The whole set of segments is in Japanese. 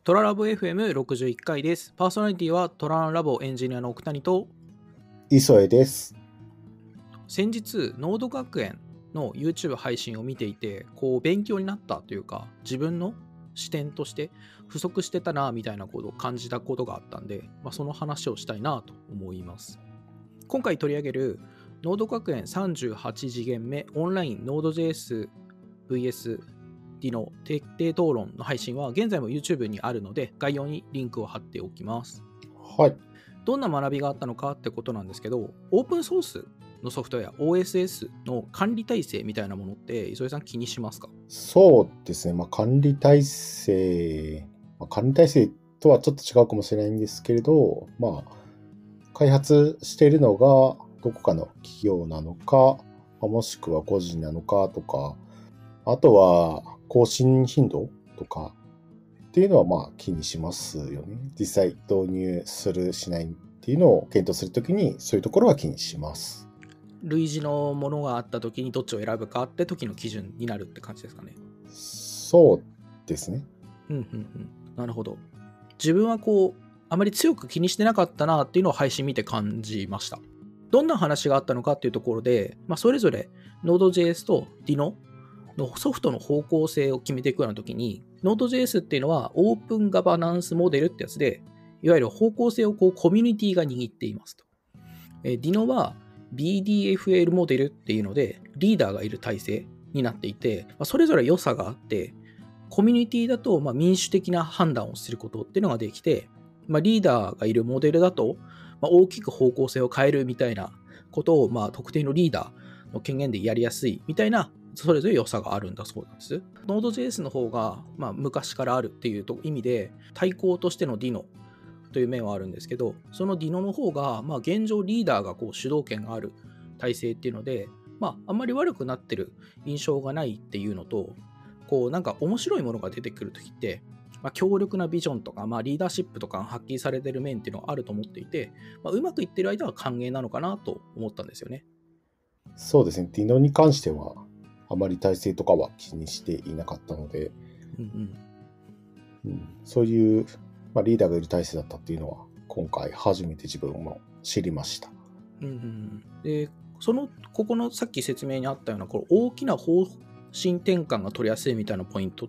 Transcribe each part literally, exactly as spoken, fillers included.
トララボ エフエムろくじゅういっ 回です。パーソナリティはトランラボエンジニアの奥谷と磯江です。 先日ノード学園の YouTube 配信を見ていて、こう勉強になったというか、自分の視点として不足してたなみたいなことを感じたことがあったんで、まあ、その話をしたいなと思います。今回取り上げるノード学園さんじゅうはち次元目オンライン Node.js ブイエス ディノ徹底討論の配信は現在も YouTube にあるので、概要にリンクを貼っておきます。 はい。 どんな学びがあったのかってことなんですけど、オープンソースのソフトウェア オーエスエス の管理体制みたいなものって磯江さん気にしますか？ そうですね。まあ、管理体制、まあ、管理体制とはちょっと違うかもしれないんですけれど、まあ、開発しているのがどこかの企業なのか、もしくは個人なのかとか、あとは更新頻度とかっていうのはまあ気にしますよね。実際導入するしないっていうのを検討するときにそういうところは気にします。 類似のものがあった時にどっちを選ぶかって時の基準になるって感じですかね。 そうですね。 うんうんうん。なるほど。自分はこうあまり強く気にしてなかったなっていうのを配信見て感じました。どんな話があったのかっていうところで、まあ、それぞれ Node.js と ディノ のソフトの方向性を決めていくようなときに、Node.js っていうのはオープンガバナンスモデルってやつで、いわゆる方向性をこうコミュニティが握っていますと。え ディノ は ビーディーエフエル モデルっていうので、リーダーがいる体制になっていて、まあ、それぞれ良さがあって、コミュニティだとまあ民主的な判断をすることっていうのができて、まあ、リーダーがいるモデルだと、まあ、大きく方向性を変えるみたいなことを、まあ、特定のリーダーの権限でやりやすいみたいな、それぞれ良さがあるんだそうなんです。Node.js の方が、まあ、昔からあるっていう意味で、対抗としての ディノ という面はあるんですけど、その ディノ の方が、まあ、現状リーダーがこう主導権がある体制っていうので、まあ、あんまり悪くなってる印象がないっていうのと、こうなんか面白いものが出てくるときって、まあ、強力なビジョンとか、まあ、リーダーシップとかが発揮されてる面っていうのがあると思っていて、まあ、うまくいってる間は歓迎なのかなと思ったんですよね。 そうですね。ディノに関してはあまり体制とかは気にしていなかったので、 うんうんうん、そういう、まあ、リーダーがいる体制だったっていうのは今回初めて自分も知りました。 うんうん、でそのここのさっき説明にあったようなこの大きな方針転換が取りやすいみたいなポイントって、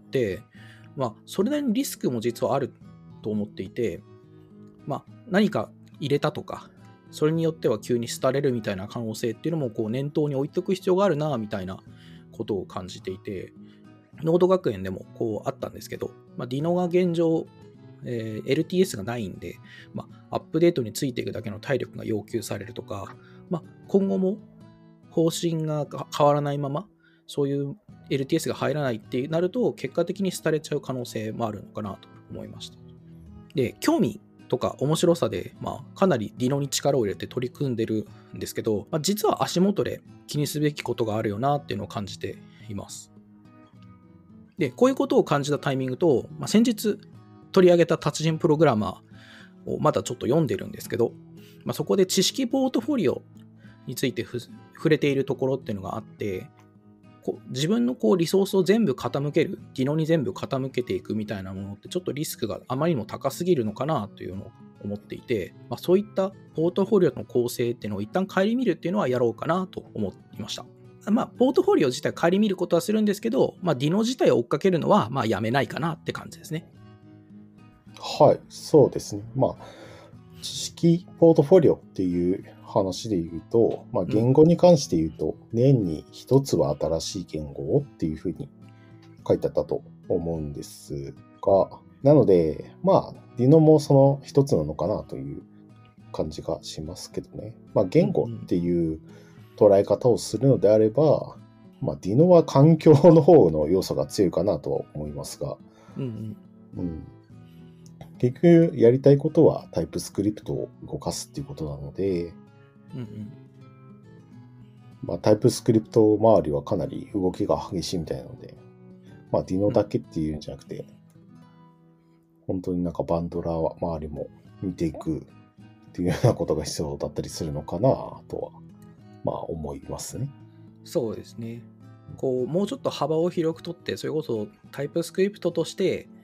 まあ、それなりにリスクも実はあると思っていて、まあ、何か入れたとかそれによっては急に廃れるみたいな可能性っていうのもこう念頭に置いておく必要があるなみたいなことを感じていて、ノード学園でもこうあったんですけど、まあ、ディノが現状、えー、エルティーエス がないんで、まあ、アップデートについていくだけの体力が要求されるとか、まあ、今後も方針が変わらないままそういう エルティーエス が入らないってなると結果的に廃れちゃう可能性もあるのかなと思いました。で、興味とか面白さで、まあ、かなりディノに力を入れて取り組んでるんですけど、まあ、実は足元で気にすべきことがあるよなっていうのを感じています。で、こういうことを感じたタイミングと、まあ、先日取り上げた達人プログラマーをまだちょっと読んでるんですけど、まあ、そこで知識ポートフォリオについて触れているところっていうのがあって、こう自分のこうリソースを全部傾ける、ディノに全部傾けていくみたいなものってちょっとリスクがあまりにも高すぎるのかなというのを思っていて、まあ、そういったポートフォリオの構成っていうのを一旦顧みるっていうのはやろうかなと思いました。まあ、ポートフォリオ自体顧みることはするんですけど、まあ、ディノ自体を追っかけるのはまあやめないかなって感じですね。 はい、そうですね。まあ、知識ポートフォリオっていう話で言うと、まあ、言語に関して言うと、うん、年に一つは新しい言語をっていうふうに書いてあったと思うんですが、なので、まあ、ディノもその一つなのかなという感じがしますけどね。まあ、言語っていう捉え方をするのであれば、まあ、ディノは環境の方の要素が強いかなとは思いますが、 うんうんうん結局やりたいことはタイプスクリプトを動かすっていうことなので、 うんうんまあ、タイプスクリプト周りはかなり動きが激しいみたいなので、まあ、ディノだけっていうんじゃなくて、うん、本当になんかバンドラー周りも見ていくっていうようなことが必要だったりするのかなとは、まあ思いますね。 そうですね。こうもうちょっと幅を広くとって、それこそタイプスクリプトとして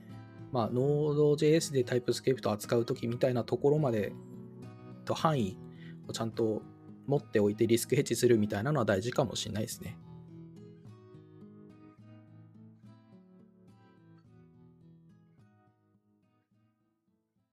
まあ、Node.js で TypeScript を扱うときみたいなところまでと範囲をちゃんと持っておいてリスクヘッジするみたいなのは大事かもしれないですね。